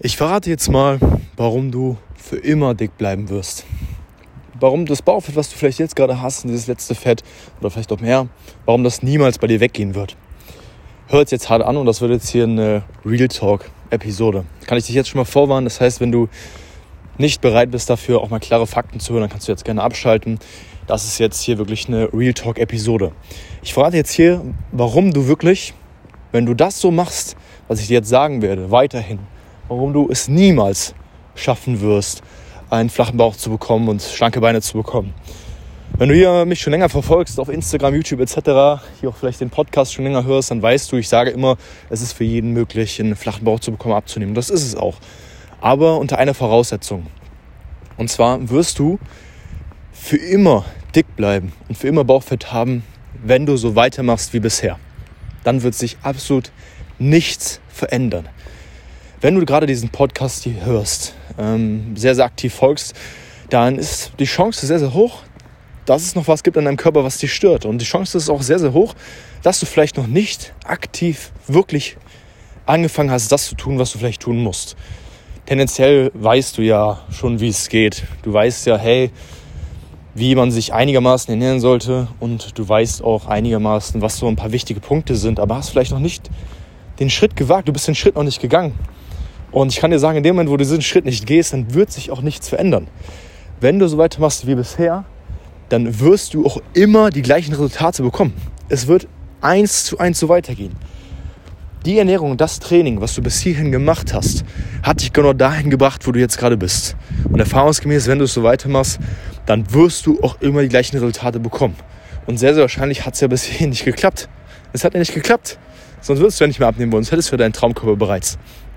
Ich verrate jetzt mal, warum du für immer dick bleiben wirst. Warum das Bauchfett, was du vielleicht jetzt gerade hast, dieses letzte Fett oder vielleicht auch mehr, warum das niemals bei dir weggehen wird. Hört jetzt hart an und das wird jetzt hier eine Real Talk-Episode. Kann ich dich jetzt schon mal vorwarnen. Das heißt, wenn du nicht bereit bist dafür, auch mal klare Fakten zu hören, dann kannst du jetzt gerne abschalten. Das ist jetzt hier wirklich eine Real Talk-Episode. Ich verrate jetzt hier, warum du wirklich, wenn du das so machst, was ich dir jetzt sagen werde, weiterhin, warum du es niemals schaffen wirst, einen flachen Bauch zu bekommen und schlanke Beine zu bekommen. Wenn du hier mich schon länger verfolgst, auf Instagram, YouTube etc., hier auch vielleicht den Podcast schon länger hörst, dann weißt du, ich sage immer, es ist für jeden möglich, einen flachen Bauch zu bekommen, abzunehmen. Das ist es auch. Aber unter einer Voraussetzung. Und zwar wirst du für immer dick bleiben und für immer Bauchfett haben, wenn du so weitermachst wie bisher. Dann wird sich absolut nichts verändern. Wenn du gerade diesen Podcast hier hörst, sehr, sehr aktiv folgst, dann ist die Chance sehr, sehr hoch, dass es noch was gibt an deinem Körper, was dich stört. Und die Chance ist auch sehr, sehr hoch, dass du vielleicht noch nicht aktiv wirklich angefangen hast, das zu tun, was du vielleicht tun musst. Tendenziell weißt du ja schon, wie es geht. Du weißt ja, wie man sich einigermaßen ernähren sollte und du weißt auch einigermaßen, was so ein paar wichtige Punkte sind, aber hast vielleicht noch nicht den Schritt gewagt, du bist den Schritt noch nicht gegangen. Und ich kann dir sagen, in dem Moment, wo du diesen Schritt nicht gehst, dann wird sich auch nichts verändern. Wenn du so weitermachst wie bisher, dann wirst du auch immer die gleichen Resultate bekommen. Es wird 1:1 so weitergehen. Die Ernährung und das Training, was du bis hierhin gemacht hast, hat dich genau dahin gebracht, wo du jetzt gerade bist. Und erfahrungsgemäß, wenn du es so weitermachst, dann wirst du auch immer die gleichen Resultate bekommen. Und sehr, sehr wahrscheinlich hat es ja bis hierhin nicht geklappt. Es hat ja nicht geklappt. Sonst würdest du ja nicht mehr abnehmen wollen. Sonst hättest du ja deinen Traumkörper bereits.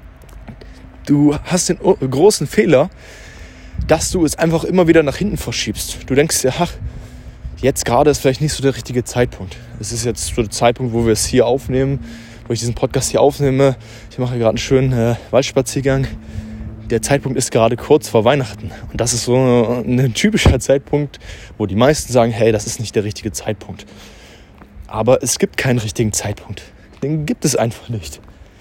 Du hast den großen Fehler, dass du es einfach immer wieder nach hinten verschiebst. Du denkst ja, jetzt gerade ist vielleicht nicht so der richtige Zeitpunkt. Es ist jetzt so der Zeitpunkt, wo wir es hier aufnehmen, wo ich diesen Podcast hier aufnehme. Ich mache gerade einen schönen Waldspaziergang. Der Zeitpunkt ist gerade kurz vor Weihnachten. Und das ist so ein typischer Zeitpunkt, wo die meisten sagen, das ist nicht der richtige Zeitpunkt. Aber es gibt keinen richtigen Zeitpunkt. Den gibt es einfach nicht.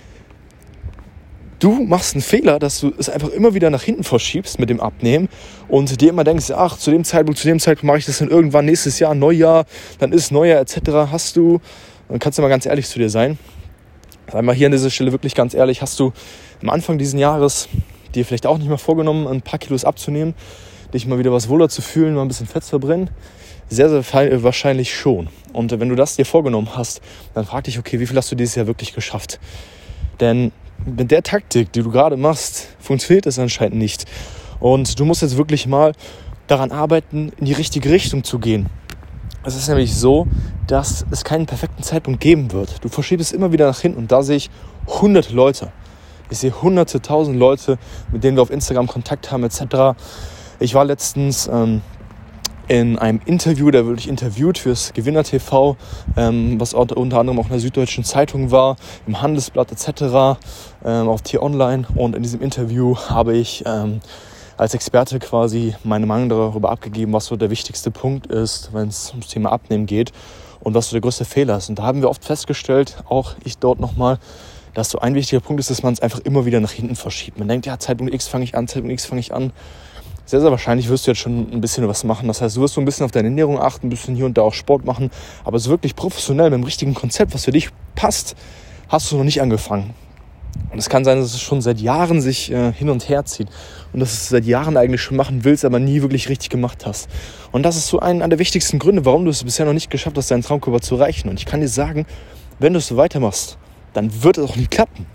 Du machst einen Fehler, dass du es einfach immer wieder nach hinten verschiebst mit dem Abnehmen und dir immer denkst, zu dem Zeitpunkt mache ich das dann irgendwann nächstes Jahr, Neujahr, dann ist Neujahr etc. Dann kannst du mal ganz ehrlich zu dir sein. Sei mal hier an dieser Stelle wirklich ganz ehrlich, hast du am Anfang dieses Jahres dir vielleicht auch nicht mal vorgenommen, ein paar Kilos abzunehmen, dich mal wieder was wohler zu fühlen, mal ein bisschen Fett zu verbrennen? Sehr, sehr wahrscheinlich schon. Und wenn du das dir vorgenommen hast, dann frag dich, okay, wie viel hast du dieses Jahr wirklich geschafft? Denn mit der Taktik, die du gerade machst, funktioniert es anscheinend nicht. Und du musst jetzt wirklich mal daran arbeiten, in die richtige Richtung zu gehen. Es ist nämlich so, dass es keinen perfekten Zeitpunkt geben wird. Du verschiebst es immer wieder nach hinten und da sehe ich hunderte Leute. Ich sehe hunderte, tausend Leute, mit denen wir auf Instagram Kontakt haben etc. Ich war letztens in einem Interview, da wurde ich interviewt fürs Gewinner TV, was unter anderem auch in der Süddeutschen Zeitung war, im Handelsblatt etc., auf T-Online. Und in diesem Interview habe ich als Experte quasi meine Meinung darüber abgegeben, was so der wichtigste Punkt ist, wenn es ums Thema Abnehmen geht und was so der größte Fehler ist. Und da haben wir oft festgestellt, auch ich dort nochmal, dass so ein wichtiger Punkt ist, dass man es einfach immer wieder nach hinten verschiebt. Man denkt, Zeitpunkt X fange ich an, Zeitpunkt X fange ich an. Sehr, sehr wahrscheinlich wirst du jetzt schon ein bisschen was machen. Das heißt, du wirst so ein bisschen auf deine Ernährung achten, ein bisschen hier und da auch Sport machen. Aber so wirklich professionell mit dem richtigen Konzept, was für dich passt, hast du noch nicht angefangen. Und es kann sein, dass es schon seit Jahren sich hin und her zieht. Und dass du es seit Jahren eigentlich schon machen willst, aber nie wirklich richtig gemacht hast. Und das ist so einer der wichtigsten Gründe, warum du es bisher noch nicht geschafft hast, deinen Traumkörper zu erreichen. Und ich kann dir sagen, wenn du es so weitermachst, dann wird es auch nie klappen.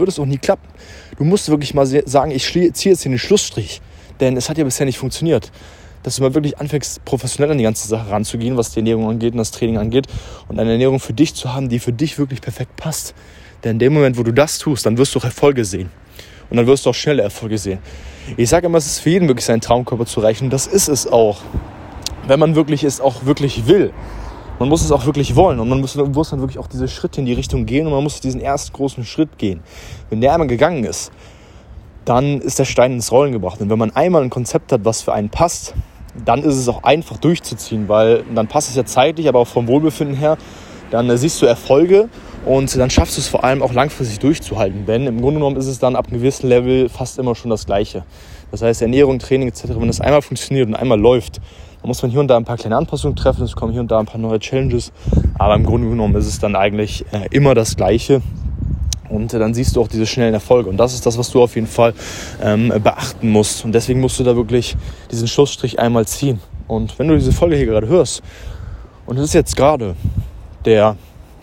Du musst wirklich mal sagen, ich ziehe jetzt hier den Schlussstrich. Denn es hat ja bisher nicht funktioniert, dass du mal wirklich anfängst, professionell an die ganze Sache ranzugehen, was die Ernährung angeht und das Training angeht und eine Ernährung für dich zu haben, die für dich wirklich perfekt passt. Denn in dem Moment, wo du das tust, dann wirst du auch Erfolge sehen. Und dann wirst du auch schnelle Erfolge sehen. Ich sage immer, es ist für jeden möglich, seinen Traumkörper zu erreichen. Und das ist es auch. Wenn man wirklich es auch wirklich will. Man muss es auch wirklich wollen. Und man muss dann wirklich auch diese Schritte in die Richtung gehen. Und man muss diesen ersten großen Schritt gehen. Wenn der einmal gegangen ist, dann ist der Stein ins Rollen gebracht. Und wenn man einmal ein Konzept hat, was für einen passt, dann ist es auch einfach durchzuziehen, weil dann passt es ja zeitlich, aber auch vom Wohlbefinden her. Dann siehst du Erfolge Und dann schaffst du es vor allem auch langfristig durchzuhalten, denn im Grunde genommen ist es dann ab einem gewissen Level fast immer schon das Gleiche. Das heißt, Ernährung, Training etc., wenn das einmal funktioniert und einmal läuft, dann muss man hier und da ein paar kleine Anpassungen treffen, es kommen hier und da ein paar neue Challenges, aber im Grunde genommen ist es dann eigentlich immer das Gleiche. Und dann siehst du auch diese schnellen Erfolge. Und das ist das, was du auf jeden Fall beachten musst. Und deswegen musst du da wirklich diesen Schlussstrich einmal ziehen. Und wenn du diese Folge hier gerade hörst, und es ist jetzt gerade der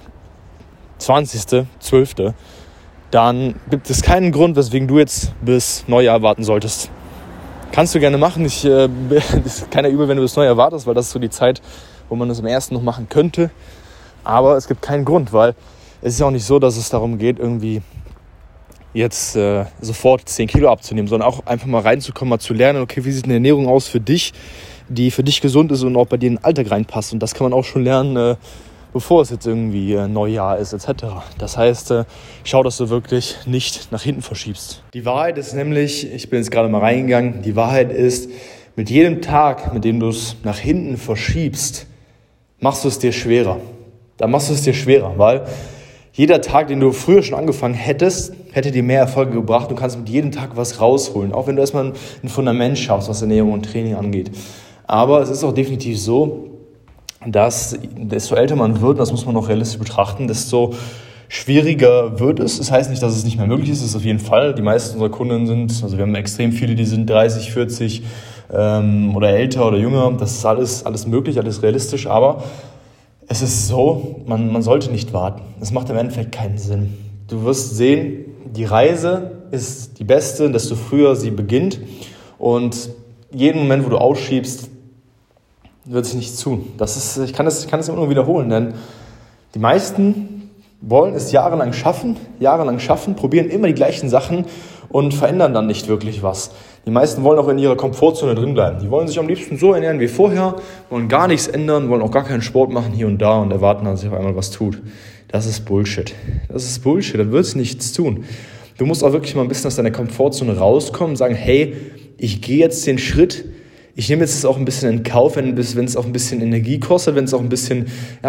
20.12., dann gibt es keinen Grund, weswegen du jetzt bis Neujahr warten solltest. Kannst du gerne machen. Das ist keiner übel, wenn du bis Neujahr wartest, weil das ist so die Zeit, wo man das am 1. noch machen könnte. Aber es gibt keinen Grund, weil es ist ja auch nicht so, dass es darum geht, irgendwie jetzt sofort 10 Kilo abzunehmen, sondern auch einfach mal reinzukommen, mal zu lernen, okay, wie sieht eine Ernährung aus für dich, die für dich gesund ist und auch bei dir in den Alltag reinpasst. Und das kann man auch schon lernen, bevor es jetzt irgendwie Neujahr ist etc. Das heißt, schau, dass du wirklich nicht nach hinten verschiebst. Die Wahrheit ist nämlich, ich bin jetzt gerade mal reingegangen, die Wahrheit ist, mit jedem Tag, mit dem du es nach hinten verschiebst, machst du es dir schwerer. Dann machst du es dir schwerer, weil jeder Tag, den du früher schon angefangen hättest, hätte dir mehr Erfolge gebracht. Du kannst mit jedem Tag was rausholen, auch wenn du erstmal ein Fundament schaffst, was Ernährung und Training angeht. Aber es ist auch definitiv so, dass desto älter man wird, das muss man auch realistisch betrachten, desto schwieriger wird es. Das heißt nicht, dass es nicht mehr möglich ist, das ist auf jeden Fall. Die meisten unserer Kunden sind, also wir haben extrem viele, die sind 30, 40 oder älter oder jünger. Das ist alles möglich, alles realistisch, aber es ist so, man sollte nicht warten. Es macht im Endeffekt keinen Sinn. Du wirst sehen, die Reise ist die beste, desto früher sie beginnt. Und jeden Moment, wo du ausschiebst, wird sich nichts tun. Ich kann das immer nur wiederholen, denn die meisten wollen es jahrelang schaffen, probieren immer die gleichen Sachen und verändern dann nicht wirklich was. Die meisten wollen auch in ihrer Komfortzone drin bleiben. Die wollen sich am liebsten so ernähren wie vorher, wollen gar nichts ändern, wollen auch gar keinen Sport machen hier und da und erwarten, dass sich auf einmal was tut. Das ist Bullshit. Das wird sich nichts tun. Du musst auch wirklich mal ein bisschen aus deiner Komfortzone rauskommen und sagen, hey, ich gehe jetzt den Schritt, ich nehme jetzt das auch ein bisschen in Kauf, wenn es auch ein bisschen Energie kostet, wenn es auch ein bisschen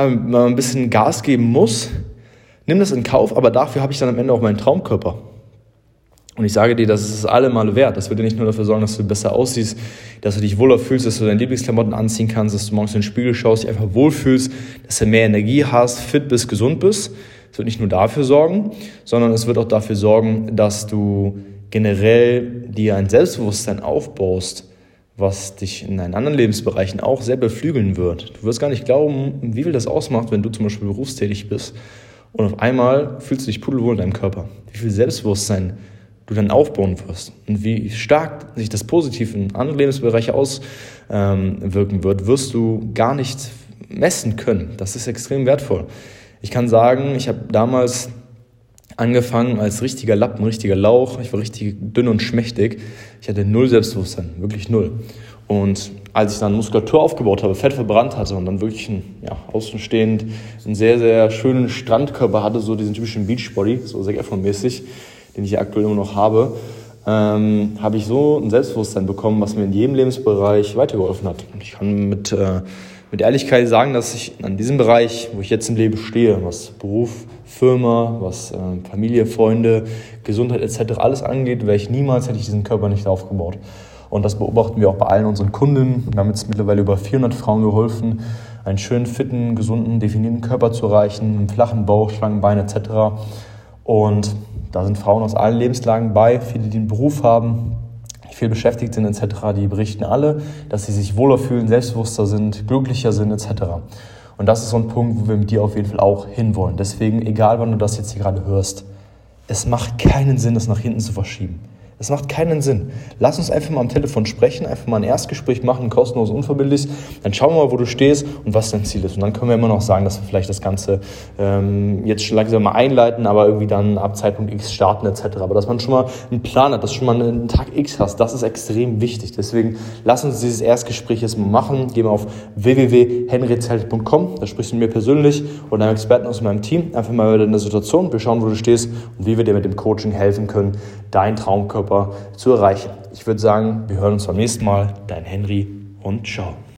Gas geben muss. Nimm das in Kauf, aber dafür habe ich dann am Ende auch meinen Traumkörper. Und ich sage dir, das ist es alle Male wert. Das wird dir nicht nur dafür sorgen, dass du besser aussiehst, dass du dich wohler fühlst, dass du deine Lieblingsklamotten anziehen kannst, dass du morgens in den Spiegel schaust, dich einfach wohlfühlst, dass du mehr Energie hast, fit bist, gesund bist. Es wird nicht nur dafür sorgen, sondern es wird auch dafür sorgen, dass du generell dir ein Selbstbewusstsein aufbaust, was dich in deinen anderen Lebensbereichen auch sehr beflügeln wird. Du wirst gar nicht glauben, wie viel das ausmacht, wenn du zum Beispiel berufstätig bist und auf einmal fühlst du dich pudelwohl in deinem Körper. Wie viel Selbstbewusstsein du dann aufbauen wirst und wie stark sich das positiv in andere Lebensbereiche auswirken wird, wirst du gar nicht messen können. Das ist extrem wertvoll. Ich kann sagen, ich habe damals angefangen als richtiger Lappen, richtiger Lauch. Ich war richtig dünn und schmächtig. Ich hatte null Selbstbewusstsein, wirklich null. Und als ich dann Muskulatur aufgebaut habe, Fett verbrannt hatte und dann wirklich außenstehend einen sehr, sehr schönen Strandkörper hatte, so diesen typischen Beachbody, so Zac Efron-mäßig, den ich aktuell immer noch habe, habe ich so ein Selbstbewusstsein bekommen, was mir in jedem Lebensbereich weitergeholfen hat. Und ich kann mit Ehrlichkeit sagen, dass ich an diesem Bereich, wo ich jetzt im Leben stehe, was Beruf, Firma, was Familie, Freunde, Gesundheit etc. alles angeht, hätte ich diesen Körper nicht aufgebaut. Und das beobachten wir auch bei allen unseren Kunden. Wir haben jetzt mittlerweile über 400 Frauen geholfen, einen schönen, fitten, gesunden, definierten Körper zu erreichen, einen flachen Bauch, schlanken Beine etc. Und da sind Frauen aus allen Lebenslagen bei, viele, die einen Beruf haben, viel beschäftigt sind etc., die berichten alle, dass sie sich wohler fühlen, selbstbewusster sind, glücklicher sind etc. Und das ist so ein Punkt, wo wir mit dir auf jeden Fall auch hinwollen. Deswegen, egal wann du das jetzt hier gerade hörst, es macht keinen Sinn, das nach hinten zu verschieben. Es macht keinen Sinn. Lass uns einfach mal am Telefon sprechen, einfach mal ein Erstgespräch machen, kostenlos, unverbindlich. Dann schauen wir mal, wo du stehst und was dein Ziel ist. Und dann können wir immer noch sagen, dass wir vielleicht das Ganze jetzt schon langsam mal einleiten, aber irgendwie dann ab Zeitpunkt X starten etc. Aber dass man schon mal einen Plan hat, dass du schon mal einen Tag X hast, das ist extrem wichtig. Deswegen lass uns dieses Erstgespräch jetzt mal machen. Geh mal auf www.henryzelt.com, da sprichst du mit mir persönlich oder einem Experten aus meinem Team. Einfach mal über deine Situation, wir schauen, wo du stehst und wie wir dir mit dem Coaching helfen können, deinen Traumkörper zu erreichen. Ich würde sagen, wir hören uns beim nächsten Mal. Dein Henry und ciao.